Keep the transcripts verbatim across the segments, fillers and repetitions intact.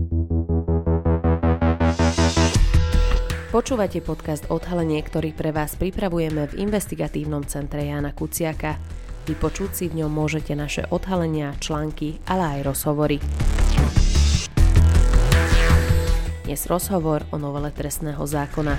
Počúvate podcast Odhalenie, ktorý pre vás pripravujeme v investigatívnom centre Jána Kuciaka. Vypočuť si v ňom môžete naše odhalenia, články, ale aj rozhovory. Dnes rozhovor o novele trestného zákona.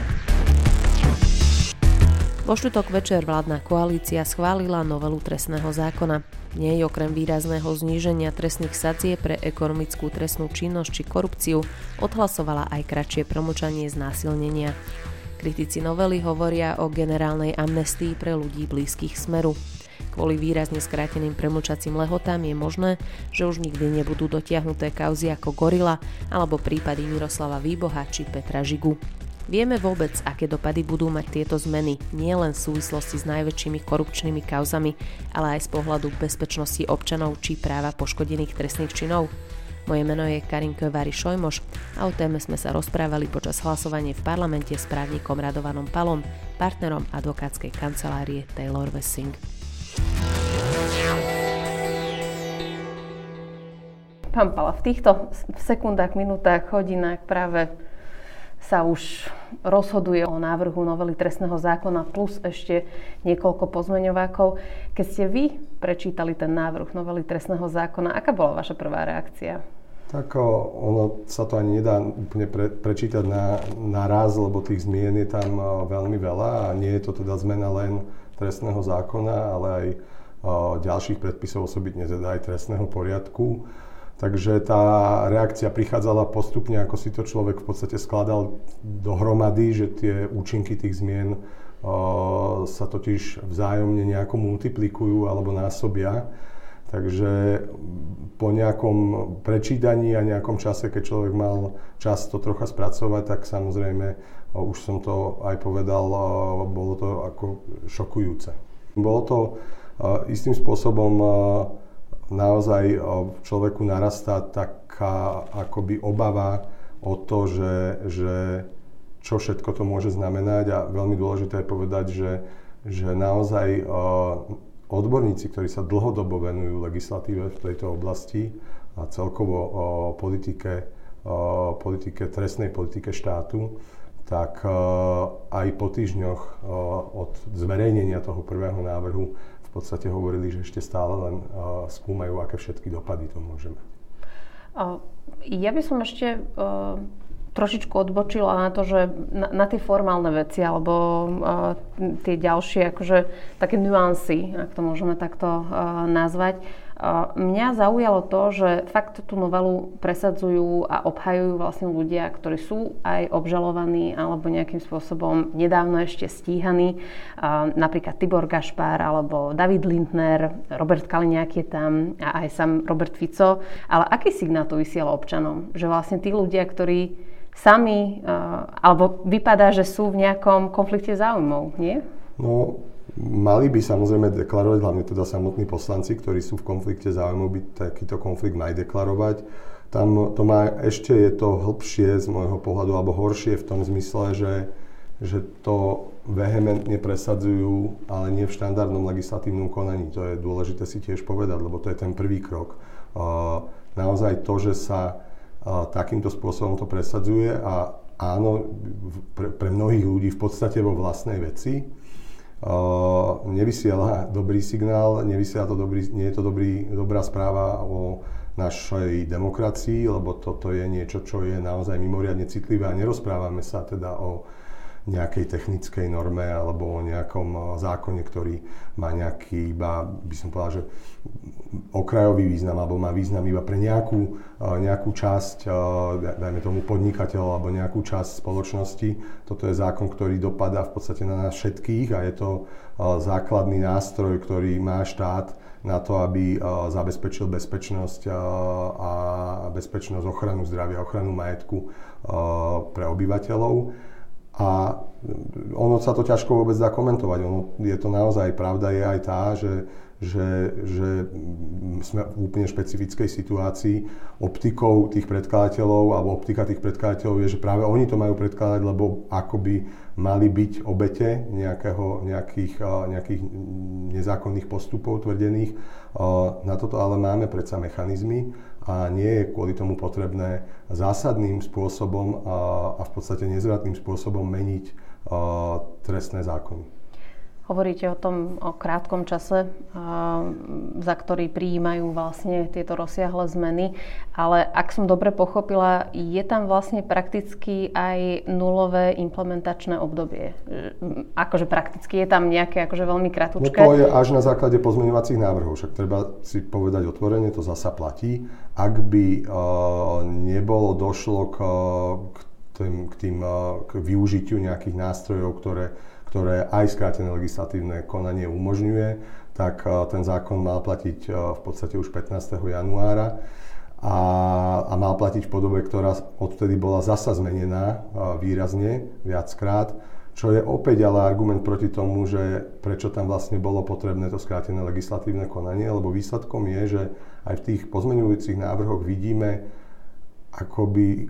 Vo štvrtok večer vládna koalícia schválila novelu trestného zákona. V nej okrem výrazného zníženia trestných sadzieb pre ekonomickú trestnú činnosť či korupciu odhlasovala aj kratšie premlčanie znásilnenia. Kritici novely hovoria o generálnej amnestii pre ľudí blízkych Smeru. Kvôli výrazne skráteným premlčacím lehotám je možné, že už nikdy nebudú dotiahnuté kauzy ako Gorila alebo prípady Miroslava Výboha či Petra Žigu. Vieme vôbec, aké dopady budú mať tieto zmeny, nielen v súvislosti s najväčšími korupčnými kauzami, ale aj z pohľadu bezpečnosti občanov či práva poškodených trestných činov? Moje meno je Karinka Vári-Šojmoš a o téme sme sa rozprávali počas hlasovania v parlamente s právnikom Radovanom Palom, partnerom advokátskej kancelárie Taylor Wessing. Pán Pala, v týchto sekundách, minútach, hodinách práve sa už rozhoduje o návrhu novely trestného zákona plus ešte niekoľko pozmeňovákov. Keď ste vy prečítali ten návrh novely trestného zákona, aká bola vaša prvá reakcia? Tak ono sa to ani nedá úplne pre, prečítať na, na raz, lebo tých zmien je tam veľmi veľa a nie je to teda zmena len trestného zákona, ale aj o, ďalších predpisov, osobitne teda aj trestného poriadku. Takže tá reakcia prichádzala postupne, ako si to človek v podstate skladal dohromady, že tie účinky tých zmien uh, sa totiž vzájomne nejako multiplikujú alebo násobia. Takže po nejakom prečítaní a nejakom čase, keď človek mal čas to trocha spracovať, tak samozrejme, uh, už som to aj povedal, uh, bolo to ako šokujúce. Bolo to uh, istým spôsobom uh, naozaj v človeku narastá taká akoby obava o to, že, že čo všetko to môže znamenať a veľmi dôležité je povedať, že, že naozaj odborníci, ktorí sa dlhodobo venujú legislatíve v tejto oblasti a celkovo politike, politike, trestnej politike štátu, tak aj po týždňoch od zverejnenia toho prvého návrhu v podstate hovorili, že ešte stále len uh, skúmajú, aké všetky dopady to môže mať. Uh, ja by som ešte uh, trošičku odbočila na to, že na, na tie formálne veci, alebo uh, tie ďalšie, akože také nuancy, ak to môžeme takto uh, nazvať. Uh, mňa zaujalo to, že fakt tú novelu presadzujú a obhajujú vlastne ľudia, ktorí sú aj obžalovaní alebo nejakým spôsobom nedávno ešte stíhaní. Uh, napríklad Tibor Gašpar alebo David Lindner, Robert Kaliňák je tam a aj sám Robert Fico. Ale aký signál to vysiela občanom? Že vlastne tí ľudia, ktorí sami, uh, alebo vypadá, že sú v nejakom konflikte záujmov, nie? No, mali by samozrejme deklarovať, hlavne teda samotní poslanci, ktorí sú v konflikte záujmov, by takýto konflikt mali deklarovať. Tam to má, ešte je to hlbšie z môjho pohľadu, alebo horšie v tom zmysle, že, že to vehementne presadzujú, ale nie v štandardnom legislatívnom konaní. To je dôležité si tiež povedať, lebo to je ten prvý krok. Naozaj to, že sa takýmto spôsobom to presadzuje a áno, pre, pre mnohých ľudí v podstate vo vlastnej veci, Uh, nevysiela dobrý signál, nevysiela to dobrý, nie je to dobrý, dobrá správa o našej demokracii, lebo toto je niečo, čo je naozaj mimoriadne citlivé a nerozprávame sa teda o nejakej technickej norme alebo o nejakom zákone, ktorý má nejaký iba, by som povedal, že okrajový význam alebo má význam iba pre nejakú, nejakú časť, dajme tomu podnikateľov alebo nejakú časť spoločnosti. Toto je zákon, ktorý dopadá v podstate na nás všetkých a je to základný nástroj, ktorý má štát na to, aby zabezpečil bezpečnosť a bezpečnosť, ochranu zdravia, ochranu majetku pre obyvateľov. A ono sa to ťažko vôbec dá komentovať. Ono, je to naozaj, pravda je aj tá, že, že, že sme v úplne špecifickej situácii. Optikou tých predkladateľov, alebo optika tých predkladateľov je, že práve oni to majú predkladať, lebo akoby mali byť obete nejakého, nejakých, nejakých nezákonných postupov tvrdených. Na toto ale máme predsa mechanizmy a nie je kvôli tomu potrebné zásadným spôsobom a, a v podstate nezvratným spôsobom meniť a, trestné zákony. Hovoríte o tom, o krátkom čase, za ktorý prijímajú vlastne tieto rozsiahle zmeny, ale ak som dobre pochopila, je tam vlastne prakticky aj nulové implementačné obdobie. Akože prakticky je tam nejaké akože veľmi kratučké. No to je až na základe pozmeňovacích návrhov, však treba si povedať otvorene, to zasa platí. Ak by uh, nebolo došlo k, k tým, k, tým, uh, k využitiu nejakých nástrojov, ktoré ktoré aj skrátené legislatívne konanie umožňuje, tak ten zákon mal platiť v podstate už pätnásteho januára a, a mal platiť v podobe, ktorá odtedy bola zasa zmenená výrazne, viackrát, čo je opäť ale argument proti tomu, že prečo tam vlastne bolo potrebné to skrátené legislatívne konanie, lebo výsledkom je, že aj v tých pozmeňujúcich návrhoch vidíme akoby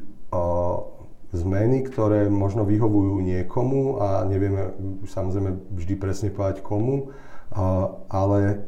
zmeny, ktoré možno vyhovujú niekomu a nevieme samozrejme vždy presne povedať komu, ale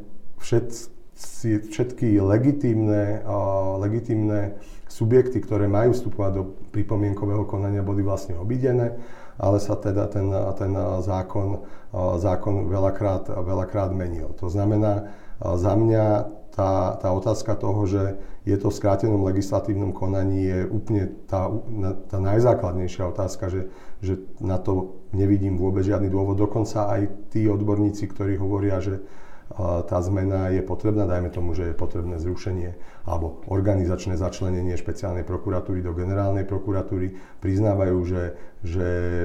všetci, všetky legitímne, legitímne subjekty, ktoré majú vstupovať do pripomienkového konania, boli vlastne obídené, ale sa teda ten, ten zákon, zákon veľakrát, veľakrát menil. To znamená, za mňa tá, tá otázka toho, že je to v skrátenom legislatívnom konaní, je úplne tá, tá najzákladnejšia otázka, že, že na to nevidím vôbec žiadny dôvod. Dokonca aj tí odborníci, ktorí hovoria, že tá zmena je potrebná, dajme tomu, že je potrebné zrušenie alebo organizačné začlenenie špeciálnej prokuratúry do generálnej prokuratúry, priznávajú, že, že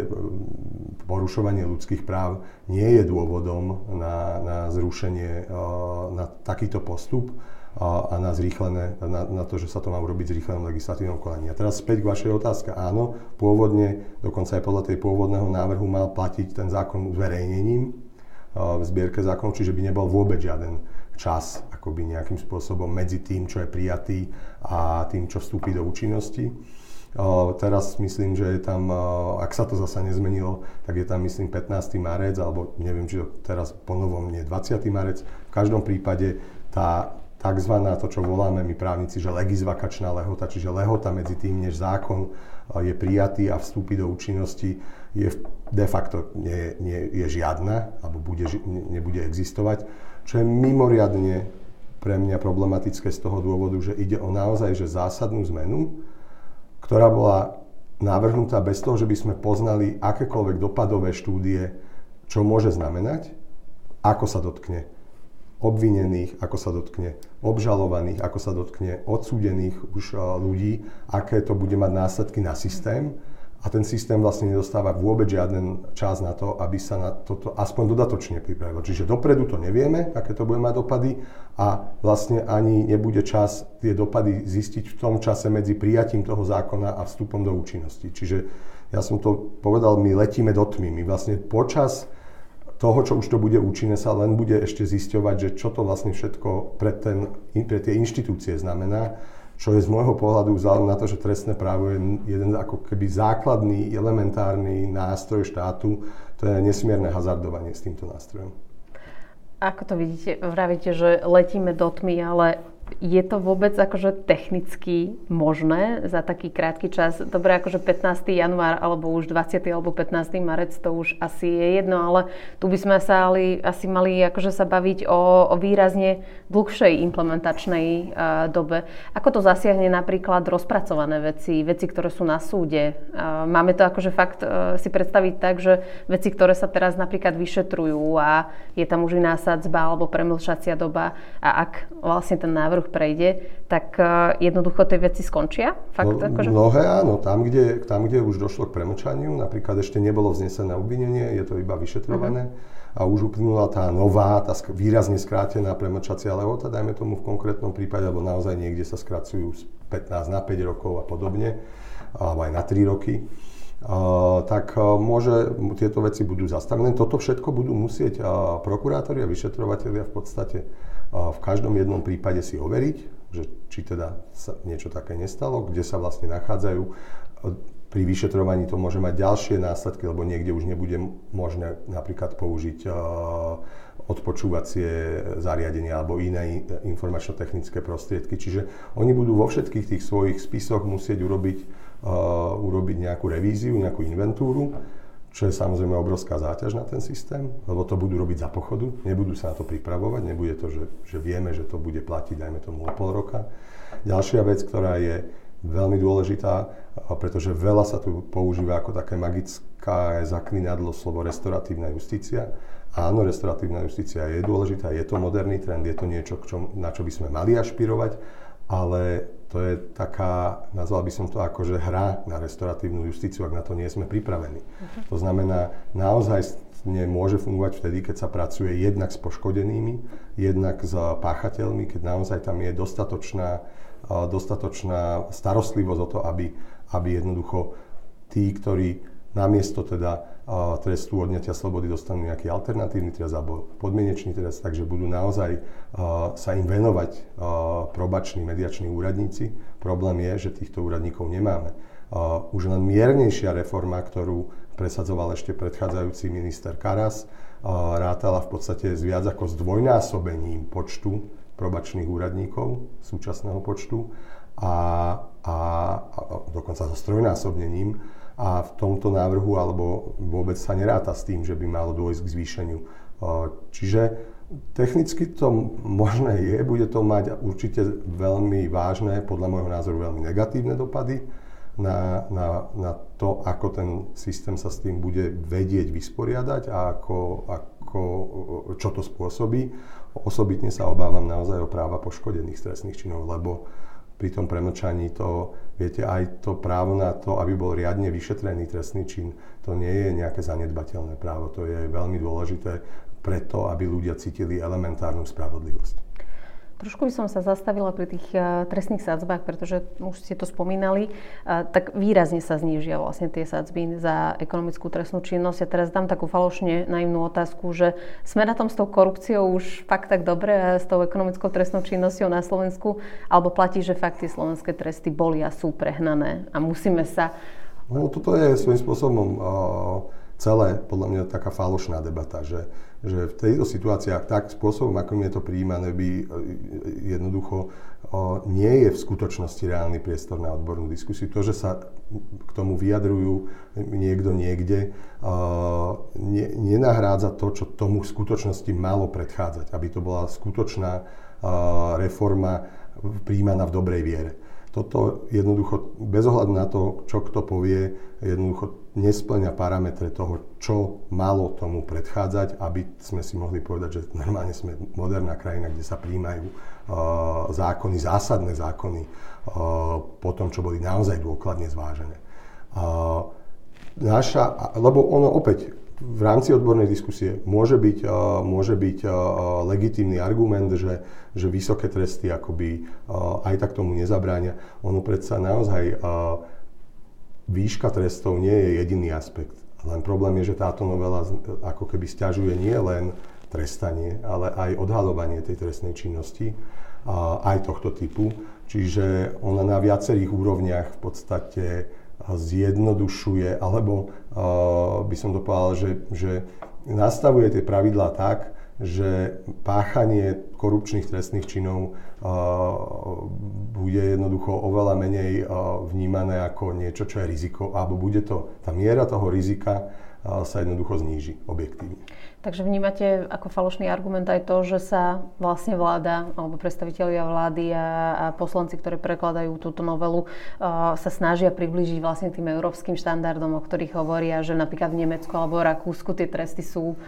porušovanie ľudských práv nie je dôvodom na, na zrušenie, na takýto postup a na zrýchlené, na, na to, že sa to má urobiť v zrýchlenom legislatívnom konaní. A teraz späť k vašej otázke. Áno, pôvodne, dokonca aj podľa tej pôvodného návrhu mal platiť ten zákon zverejnením v zbierke zákonov, čiže by nebol vôbec žiaden čas akoby nejakým spôsobom medzi tým, čo je prijatý a tým, čo vstúpi do účinnosti. Teraz myslím, že je tam, ak sa to zasa nezmenilo, tak je tam myslím pätnásteho marec, alebo neviem, či to teraz ponovom nie dvadsiateho marec. V každom prípade tá takzvaná, to čo voláme my právnici, že legisvakačná lehota, čiže lehota medzi tým, než zákon je prijatý a vstúpi do účinnosti, je de facto nie, nie je žiadna, alebo bude, nebude existovať, čo je mimoriadne pre mňa problematické z toho dôvodu, že ide o naozaj že zásadnú zmenu, ktorá bola navrhnutá bez toho, že by sme poznali akékoľvek dopadové štúdie, čo môže znamenať, ako sa dotkne obvinených, ako sa dotkne obžalovaných, ako sa dotkne odsúdených už ľudí, aké to bude mať následky na systém. A ten systém vlastne nedostáva vôbec žiaden čas na to, aby sa na toto aspoň dodatočne pripravil. Čiže dopredu to nevieme, aké to bude mať dopady a vlastne ani nebude čas tie dopady zistiť v tom čase medzi prijatím toho zákona a vstupom do účinnosti. Čiže ja som to povedal, my letíme do tmy. My vlastne počas toho, čo už to bude účinné, sa len bude ešte zisťovať, že čo to vlastne všetko pre, ten, pre tie inštitúcie znamená, čo je z môjho pohľadu vzhľadom na to, že trestné právo je jeden ako keby základný, elementárny nástroj štátu, to je nesmierne hazardovanie s týmto nástrojom. Ako to vidíte? Vravíte, že letíme do tmy, ale je to vôbec akože technicky možné za taký krátky čas? Dobre, akože pätnásteho január alebo už dvadsiateho alebo pätnásteho marec to už asi je jedno, ale tu by sme sa ali, asi mali akože sa baviť o, o výrazne dlhšej implementačnej uh, dobe. Ako to zasiahne napríklad rozpracované veci, veci, ktoré sú na súde? Uh, máme to akože fakt uh, si predstaviť tak, že veci, ktoré sa teraz napríklad vyšetrujú a je tam už iná sadzba alebo premlčacia doba a ak vlastne ten návrh prejde, tak uh, jednoducho tie veci skončia? Fakt, no, akože... Mnohé áno, tam kde, tam, kde už došlo k premlčaniu, napríklad ešte nebolo vznesené obvinenie, je to iba vyšetrované uh-huh. a už uplynula tá nová, tá výrazne skrátená premlčacia lehota, dajme tomu v konkrétnom prípade, alebo naozaj niekde sa skracujú z pätnásť na päť rokov a podobne, alebo aj na tri roky. Uh, tak uh, môže, tieto veci budú zastavené. Toto všetko budú musieť uh, prokurátori a vyšetrovatelia v podstate uh, v každom jednom prípade si overiť, že či teda sa niečo také nestalo, kde sa vlastne nachádzajú. Uh, pri vyšetrovaní to môže mať ďalšie následky, lebo niekde už nebude možné napríklad použiť odpočúvacie zariadenia alebo iné informačno-technické prostriedky. Čiže oni budú vo všetkých tých svojich spisoch musieť urobiť, uh, urobiť nejakú revíziu, nejakú inventúru, čo je samozrejme obrovská záťaž na ten systém, lebo to budú robiť za pochodu, nebudú sa na to pripravovať, nebude to, že, že vieme, že to bude platiť, dajme tomu o pol roka. Ďalšia vec, ktorá je veľmi dôležitá, pretože veľa sa tu používa ako také magické zaklinadlo slovo restoratívna justícia. Áno, restoratívna justícia je dôležitá, je to moderný trend, je to niečo, čo, na čo by sme mali ašpirovať, ale to je taká, nazval by som to ako, že hra na restoratívnu justíciu, ak na to nie sme pripravení. Uh-huh. To znamená, naozaj môže fungovať vtedy, keď sa pracuje jednak s poškodenými, jednak s páchateľmi, keď naozaj tam je dostatočná, dostatočná starostlivosť o to, aby, aby jednoducho tí, ktorí namiesto teda uh, trestu odňatia slobody dostanú nejaký alternatívny trest alebo podmienečný trest, takže budú naozaj uh, sa im venovať uh, probační mediační úradníci. Problém je, že týchto úradníkov nemáme. Uh, už len miernejšia reforma, ktorú presadzoval ešte predchádzajúci minister Karas, uh, rátala v podstate s viac ako zdvojnásobením počtu probačných úradníkov, súčasného počtu, a, a, a dokonca so strojnásobnením. A v tomto návrhu alebo vôbec sa neráta s tým, že by malo dôjsť k zvýšeniu. Čiže technicky to možné je, bude to mať určite veľmi vážne, podľa môjho názoru veľmi negatívne dopady na, na, na to, ako ten systém sa s tým bude vedieť vysporiadať a ako, ako, čo to spôsobí. Osobitne sa obávam naozaj o práva poškodených z trestných činov, lebo pri tom premlčaní to, viete, aj to právo na to, aby bol riadne vyšetrený trestný čin, to nie je nejaké zanedbateľné právo. To je veľmi dôležité preto, aby ľudia cítili elementárnu spravodlivosť. Trošku by som sa zastavila pri tých uh, trestných sadzbách, pretože už ste to spomínali, uh, tak výrazne sa znížia vlastne tie sadzby za ekonomickú trestnú činnosť. Ja teraz dám takú falošne naivnú otázku, že sme na tom s tou korupciou už fakt tak dobre a s tou ekonomickou trestnou činnosťou na Slovensku, alebo platí, že fakt tie slovenské tresty boli a sú prehnané a musíme sa... No toto je svojím spôsobom uh, celé, podľa mňa, taká falošná debata, že že v tejto situáciách tak spôsobom, ako je to prijímané, by jednoducho nie je v skutočnosti reálny priestor na odbornú diskusiu. To, že sa k tomu vyjadrujú niekto niekde, nenahrádza to, čo tomu v skutočnosti malo predchádzať, aby to bola skutočná reforma prijímaná v dobrej viere. Toto jednoducho, bez ohľadu na to, čo kto povie, jednoducho nespĺňa parametre toho, čo malo tomu predchádzať, aby sme si mohli povedať, že normálne sme moderná krajina, kde sa prijímajú uh, zákony, zásadné zákony uh, po tom, čo boli naozaj dôkladne zvážené. Uh, naša, lebo ono opäť v rámci odbornej diskusie môže byť, uh, môže byť uh, legitímny argument, že, že vysoké tresty akoby uh, aj tak tomu nezabránia. Ono predsa naozaj uh, výška trestov nie je jediný aspekt. Len problém je, že táto novela ako keby sťažuje nie len trestanie, ale aj odhaľovanie tej trestnej činnosti, uh, aj tohto typu. Čiže ona na viacerých úrovniach v podstate zjednodušuje, alebo uh, by som to povedal, že, že nastavuje tie pravidlá tak, že páchanie korupčných trestných činov uh, bude jednoducho oveľa menej uh, vnímané ako niečo, čo je riziko, alebo bude to, tá miera toho rizika uh, sa jednoducho zníži objektívne. Takže vnímate ako falošný argument aj to, že sa vlastne vláda alebo predstavitelia vlády a, a poslanci, ktorí prekladajú túto novelu, uh, sa snažia priblížiť vlastne tým európskym štandardom, o ktorých hovoria, že napríklad v Nemecku alebo Rakúsku tie tresty sú um,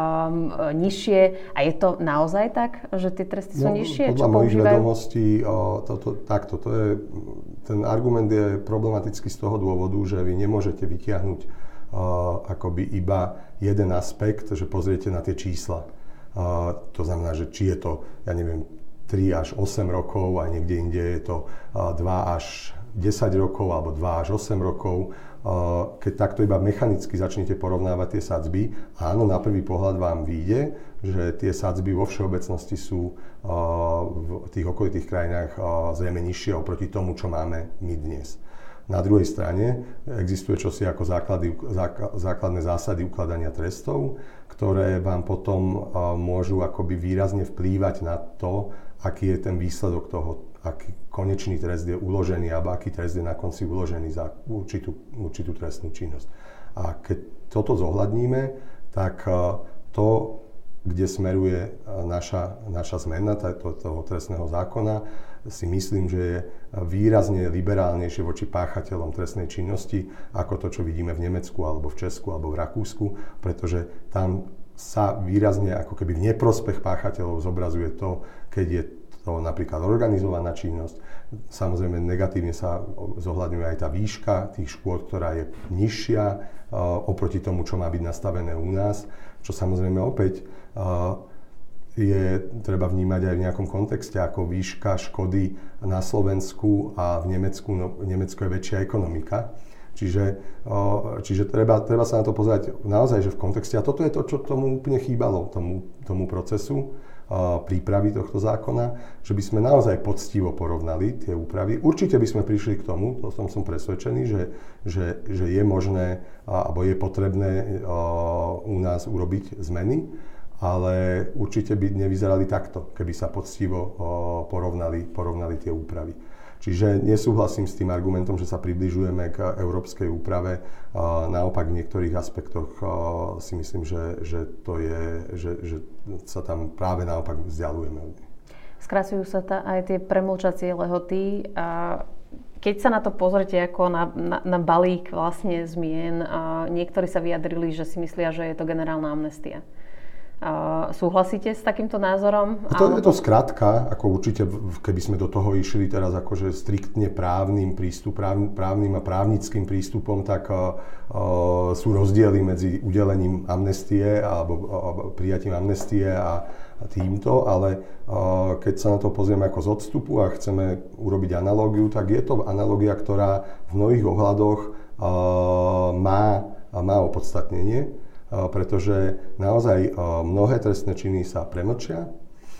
nižšie. A je to naozaj tak, že tie tresty sú no, nižšie? Podľa mojich vedomostí, uh, to, to, takto, to je, ten argument je problematický z toho dôvodu, že vy nemôžete vytiahnuť Uh, akoby iba jeden aspekt, že pozriete na tie čísla. Uh, to znamená, že či je to, ja neviem, tri až osem rokov a niekde inde je to uh, dva až desať rokov alebo dva až osem rokov. Uh, keď takto iba mechanicky začnete porovnávať tie sadzby, áno, na prvý pohľad vám vyjde, že tie sadzby vo všeobecnosti sú uh, v tých okolitých krajinách uh, zrejme nižšie oproti tomu, čo máme my dnes. Na druhej strane existuje čosi ako základy, základné zásady ukladania trestov, ktoré vám potom môžu akoby výrazne vplývať na to, aký je ten výsledok toho, aký konečný trest je uložený alebo aký trest je na konci uložený za určitú, určitú trestnú činnosť. A keď toto zohľadníme, tak to, kde smeruje naša, naša zmena toho, toho trestného zákona, si myslím, že je výrazne liberálnejšie voči páchateľom trestnej činnosti ako to, čo vidíme v Nemecku, alebo v Česku, alebo v Rakúsku, pretože tam sa výrazne ako keby v neprospech páchateľov zobrazuje to, keď je to napríklad organizovaná činnosť. Samozrejme negatívne sa zohľadňuje aj tá výška tých škôd, ktorá je nižšia uh, oproti tomu, čo má byť nastavené u nás, čo samozrejme opäť uh, je treba vnímať aj v nejakom kontexte, ako výška škody na Slovensku a v Nemecku, no v Nemecku je väčšia ekonomika. Čiže, čiže treba, treba sa na to pozerať naozaj, že v kontexte. A toto je to, čo tomu úplne chýbalo, tomu, tomu procesu prípravy tohto zákona, že by sme naozaj poctivo porovnali tie úpravy. Určite by sme prišli k tomu, to som, som presvedčený, že, že, že je možné, alebo je potrebné u nás urobiť zmeny, ale určite by nevyzerali takto, keby sa poctivo porovnali, porovnali tie úpravy. Čiže nesúhlasím s tým argumentom, že sa približujeme k európskej úprave. Naopak v niektorých aspektoch si myslím, že, že, to je, že, že sa tam práve naopak vzdialujeme. Skracujú sa ta aj tie premlčacie lehoty. A keď sa na to pozrite ako na, na, na balík vlastne zmien, a niektorí sa vyjadrili, že si myslia, že je to generálna amnestia. Uh, súhlasíte s takýmto názorom? To je to skrátka, ako určite, keby sme do toho išli teraz akože striktne právnym prístup, práv, právnym a právnickým prístupom, tak uh, uh, sú rozdiely medzi udelením amnestie alebo uh, prijatím amnestie a, a týmto, ale uh, keď sa na to pozrieme ako z odstupu a chceme urobiť analógiu, tak je to analogia, ktorá v mnohých ohľadoch uh, má, má opodstatnenie. Pretože naozaj mnohé trestné činy sa premlčia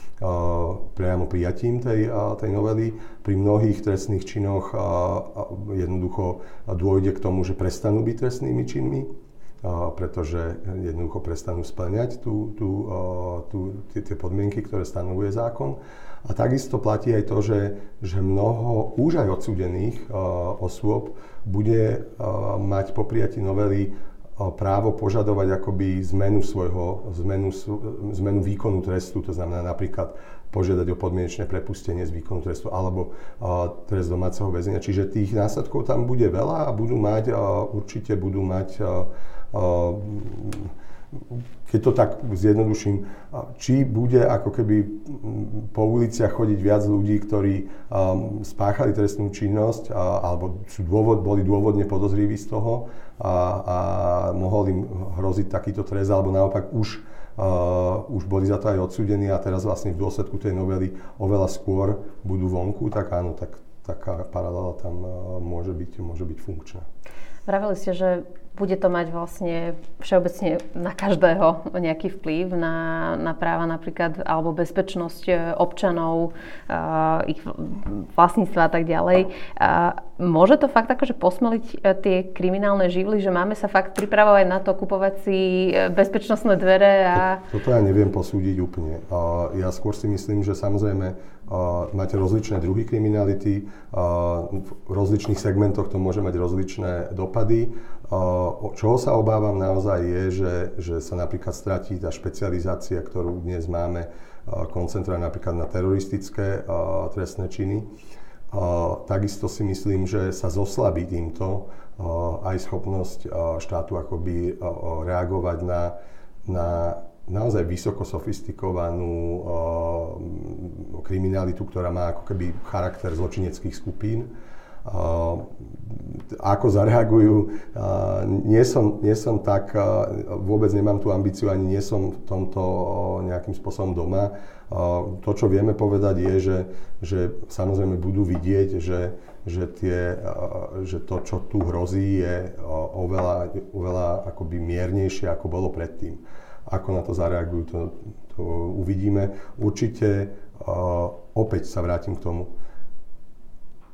priamo prijatím tej, tej novely. Pri mnohých trestných činoch jednoducho dôjde k tomu, že prestanú byť trestnými činmi, pretože jednoducho prestanú spĺňať tú, tú, tú, tie podmienky, ktoré stanovuje zákon. A takisto platí aj to, že, že mnoho už aj odsúdených osôb bude mať po prijatí novely právo požadovať akoby zmenu svojho, zmenu, zmenu výkonu trestu, to znamená napríklad požiadať o podmienečné prepustenie z výkonu trestu alebo uh, trest domáceho väzenia. Čiže tých následkov tam bude veľa a budú mať, uh, určite budú mať, uh, uh, keď to tak zjednoduším, či bude ako keby po uliciach chodiť viac ľudí, ktorí um, spáchali trestnú činnosť a, alebo sú dôvod, boli dôvodne podozriví z toho a, a mohol im hroziť takýto trest, alebo naopak už, uh, už boli za to aj odsúdení a teraz vlastne v dôsledku tej novely oveľa skôr budú vonku, tak áno, tak taká paralela tam uh, môže byť, môže byť funkčná. Vravili ste, že bude to mať vlastne všeobecne na každého nejaký vplyv na, na práva napríklad alebo bezpečnosť občanov, uh, ich vlastníctva a tak ďalej. Uh, môže to fakt akože posmeliť tie kriminálne živly, že máme sa fakt pripravovať na to, kupovať si bezpečnostné dvere a... Toto ja neviem posúdiť úplne. Uh, ja skôr si myslím, že samozrejme uh, máte rozličné druhy kriminality, uh, v rozličných segmentoch to môže mať rozličné dopady. Čoho sa obávam naozaj je, že, že sa napríklad stratí tá špecializácia, ktorú dnes máme, koncentrovaná napríklad na teroristické trestné činy. Takisto si myslím, že sa zoslabí týmto aj schopnosť štátu akoby reagovať na, na naozaj vysoko sofistikovanú kriminalitu, ktorá má ako keby charakter zločineckých skupín. Uh, ako zareagujú, uh, nie, som, nie som tak, uh, vôbec nemám tú ambíciu, ani nie som v tomto uh, nejakým spôsobom doma. Uh, to, čo vieme povedať, je, že, že samozrejme budú vidieť, že, že, tie, uh, že to, čo tu hrozí, je uh, oveľa, oveľa akoby miernejšie, ako bolo predtým. Ako na to zareagujú, to, to uvidíme. Určite uh, opäť sa vrátim k tomu.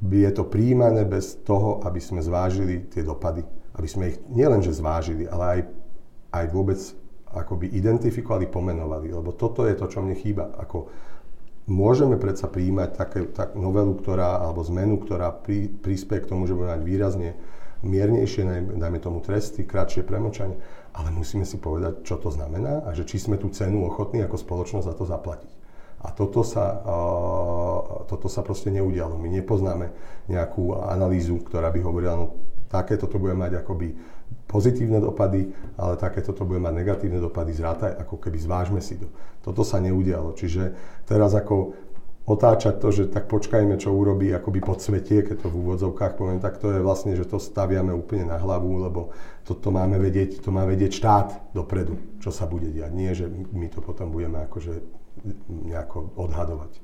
je to prijímané bez toho, aby sme zvážili tie dopady. Aby sme ich nielenže zvážili, ale aj, aj vôbec akoby identifikovali, pomenovali. Lebo toto je to, čo mne chýba. Ako môžeme predsa prijímať také, tak novelu, ktorá, alebo zmenu, ktorá prí, prispieje k tomu, že budeme mať výrazne miernejšie, dajme tomu tresty, kratšie premlčanie, ale musíme si povedať, čo to znamená a že či sme tú cenu ochotní ako spoločnosť za to zaplatiť. A toto sa, uh, toto sa proste neudialo. My nepoznáme nejakú analýzu, ktorá by hovorila, no takéto to bude mať akoby pozitívne dopady, ale takéto to bude mať negatívne dopady, zrátaj, ako keby zvážme si to. Toto sa neudialo. Čiže teraz ako otáčať to, že tak počkajme, čo urobí akoby podsvetie, keď to v úvodzovkách poviem, tak to je vlastne, že to staviame úplne na hlavu, lebo toto máme vedieť, to má vedieť štát dopredu, čo sa bude diať. Nie, že my to potom budeme akože nejako odhadovať.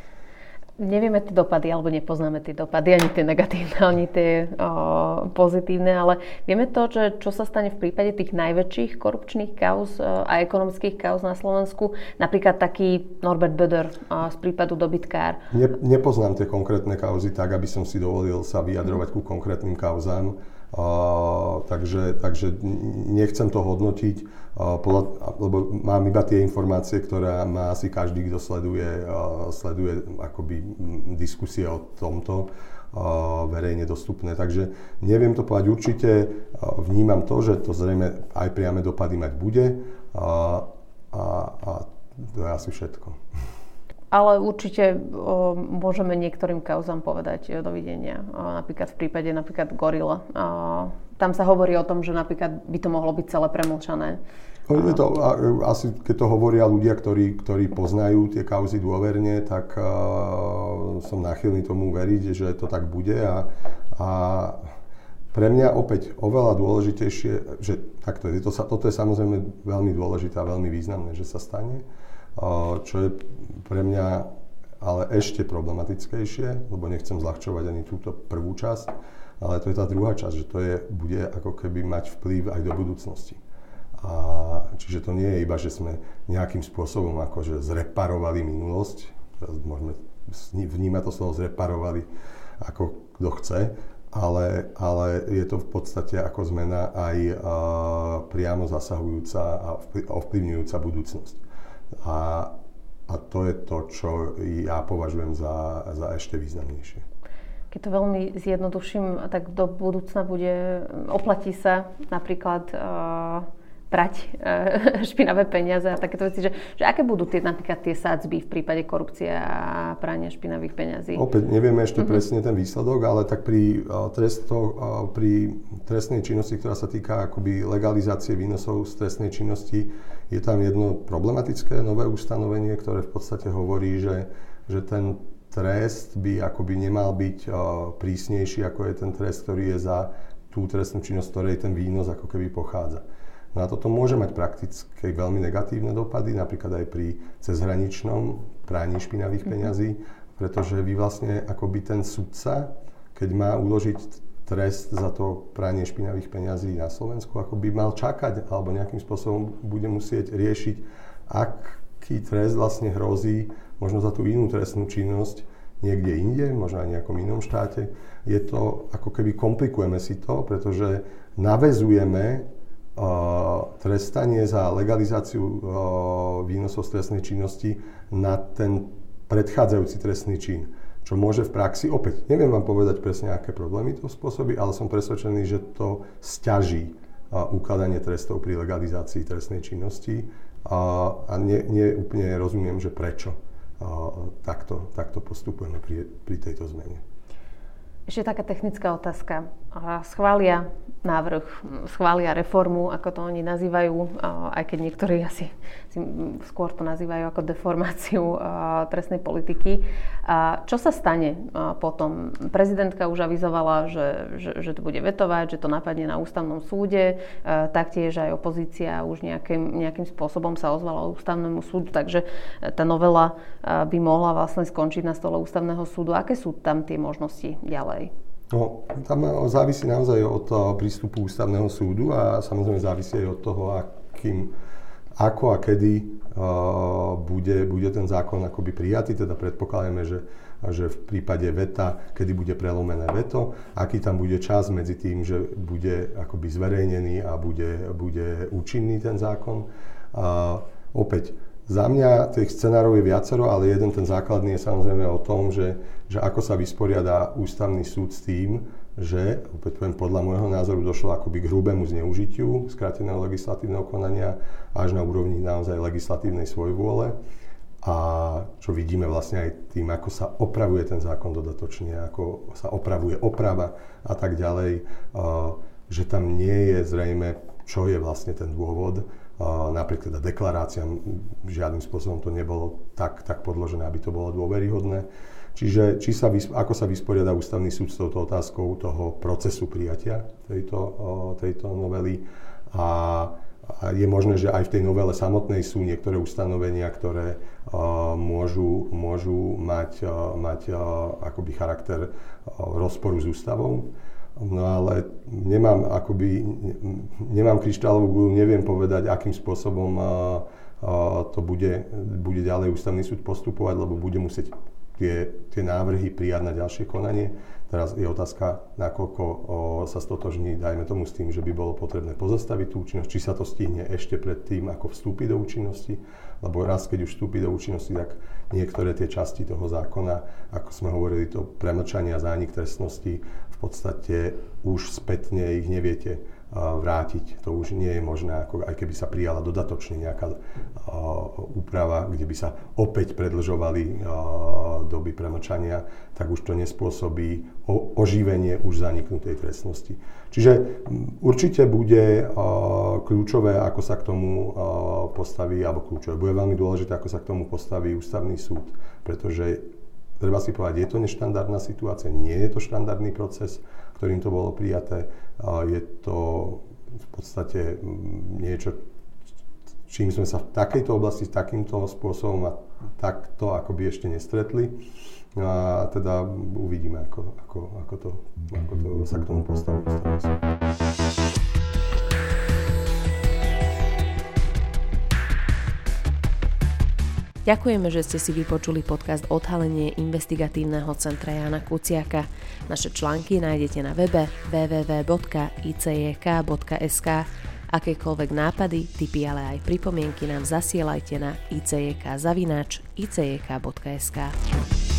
Nevieme tie dopady, alebo nepoznáme tie dopady, ani tie negatívne, ani tie o, pozitívne, ale vieme to, že čo sa stane v prípade tých najväčších korupčných kauz o, a ekonomických kauz na Slovensku, napríklad taký Norbert Böder o, z prípadu Dobytkár. Ne, nepoznám tie konkrétne kauzy tak, aby som si dovolil sa vyjadrovať ku konkrétnym kauzám. Uh, takže, takže nechcem to hodnotiť, uh, podľa, lebo mám iba tie informácie, ktoré má asi každý, kto sleduje, uh, sleduje akoby diskusie o tomto uh, verejne dostupné. Takže neviem to povedať určite, uh, vnímam to, že to zrejme aj priame dopady mať bude uh, a, a to je asi všetko. Ale určite o, môžeme niektorým kauzám povedať o, dovidenia. O, napríklad v prípade napríklad Gorilla. O, tam sa hovorí o tom, že napríklad by to mohlo byť celé premlčané. No, je to, asi keď to hovoria ľudia, ktorí, ktorí poznajú tie kauzy dôverne, tak uh, som náchylný tomu veriť, že to tak bude. A, a pre mňa opäť oveľa dôležitejšie, že takto je, to, toto je samozrejme veľmi dôležité a veľmi významné, že sa stane. Čo je pre mňa ale ešte problematickejšie, lebo nechcem zľahčovať ani túto prvú časť, ale to je tá druhá časť, že to je, bude ako keby mať vplyv aj do budúcnosti. A čiže to nie je iba, že sme nejakým spôsobom akože zreparovali minulosť, môžeme vnímať to slovo zreparovali ako kto chce, ale, ale je to v podstate ako zmena aj a, priamo zasahujúca a ovplyvňujúca budúcnosť. A, a to je to, čo ja považujem za, za ešte významnejšie. Keď to veľmi zjednoduším, tak do budúcna bude, oplatí sa napríklad uh, prať uh, špinavé peniaze a takéto veci, že, že aké budú tie, napríklad tie sadzby v prípade korupcie a prania špinavých peňazí? Opäť nevieme ešte mm-hmm. presne ten výsledok, ale tak pri, uh, tresto, uh, pri trestnej činnosti, ktorá sa týka akoby legalizácie výnosov z trestnej činnosti, je tam jedno problematické nové ustanovenie, ktoré v podstate hovorí, že, že ten trest by akoby nemal byť uh, prísnejší, ako je ten trest, ktorý je za tú trestnú činnosť, ktorej ten výnos ako keby pochádza. No a toto môže mať prakticky veľmi negatívne dopady, napríklad aj pri cezhraničnom praní špinavých peňazí, pretože vy vlastne akoby ten sudca, keď má uložiť trest za to pranie špinavých peňazí na Slovensku, ako by mal čakať alebo nejakým spôsobom bude musieť riešiť, aký trest vlastne hrozí možno za tú inú trestnú činnosť niekde inde, možno aj v nejakom inom štáte. Je to, ako keby komplikujeme si to, pretože naväzujeme uh, trestanie za legalizáciu uh, výnosov z trestnej činnosti na ten predchádzajúci trestný čin. Čo môže v praxi, opäť, neviem vám povedať presne, aké problémy to spôsobí, ale som presvedčený, že to sťaží uh, ukladanie trestov pri legalizácii trestnej činnosti uh, a nie, nie úplne rozumiem, že prečo uh, takto, takto postupujeme pri, pri tejto zmene. Ešte taká technická otázka. Schvália návrh, schvália reformu, ako to oni nazývajú, aj keď niektorí asi skôr to nazývajú ako deformáciu trestnej politiky. Čo sa stane potom? Prezidentka už avizovala, že, že, že to bude vetovať, že to napadne na ústavnom súde. Taktiež aj opozícia už nejakým, nejakým spôsobom sa ozvala ústavnému súdu, takže tá novela by mohla vlastne skončiť na stole ústavného súdu. Aké sú tam tie možnosti ďalej? No, tam závisí naozaj od prístupu ústavného súdu a samozrejme závisí aj od toho, akým, ako a kedy uh, bude, bude ten zákon akoby prijatý. Teda predpokladáme, že, že v prípade veta, kedy bude prelomené veto, aký tam bude čas medzi tým, že bude akoby zverejnený a bude, bude účinný ten zákon. A opäť, za mňa tých scenárov je viacero, ale jeden ten základný je samozrejme o tom, že, že ako sa vysporiada ústavný súd s tým, že, opäť poviem, podľa môjho názoru došlo akoby k hrubému zneužitiu skráteného legislatívneho konania až na úrovni naozaj legislatívnej svojvôle. A čo vidíme vlastne aj tým, ako sa opravuje ten zákon dodatočne, ako sa opravuje oprava a tak ďalej, že tam nie je zrejme, čo je vlastne ten dôvod. Napriek teda deklaráciám žiadnym spôsobom to nebolo tak, tak podložené, aby to bolo dôveryhodné. Čiže či sa, ako sa vysporiada ústavný súd s touto otázkou toho procesu prijatia tejto, tejto novely. A, a je možné, že aj v tej novele samotnej sú niektoré ustanovenia, ktoré uh, môžu, môžu mať, uh, mať uh, akoby charakter uh, rozporu s ústavou. No ale nemám, akoby, nemám kryštálovú guľu, neviem povedať, akým spôsobom uh, uh, to bude, bude ďalej ústavný súd postupovať, lebo bude musieť Tie, tie návrhy prijať na ďalšie konanie. Teraz je otázka, nakoľko o, sa stotožní, dajme tomu s tým, že by bolo potrebné pozastaviť tú účinnosť, či sa to stihne ešte pred tým, ako vstúpi do účinnosti, lebo raz, keď už vstúpi do účinnosti, tak niektoré tie časti toho zákona, ako sme hovorili, to premlčanie a zánik trestnosti, v podstate už spätne ich neviete vrátiť. To už nie je možné, ako aj keby sa prijala dodatočne nejaká uh, úprava, kde by sa opäť predĺžovali uh, doby premlčania, tak už to nespôsobí o, oživenie už zaniknutej trestnosti. Čiže určite bude uh, kľúčové, ako sa k tomu uh, postaví, alebo kľúčové, bude veľmi dôležité, ako sa k tomu postaví ústavný súd, pretože treba si povedať, je to neštandardná situácia, nie je to štandardný proces, ktorým to bolo prijaté. Je to v podstate niečo, čím sme sa v takejto oblasti s takýmto spôsobom a takto akoby ešte nestretli. A teda uvidíme, ako, ako, ako, to, ako to sa k tomu postaví. Ďakujeme, že ste si vypočuli podcast Odhalenie investigatívneho centra Jána Kuciaka. Naše články nájdete na webe w w w bodka i c j k bodka s k. Akékoľvek nápady, tipy, ale aj pripomienky nám zasielajte na i c j k zavináč i c j k bodka s k.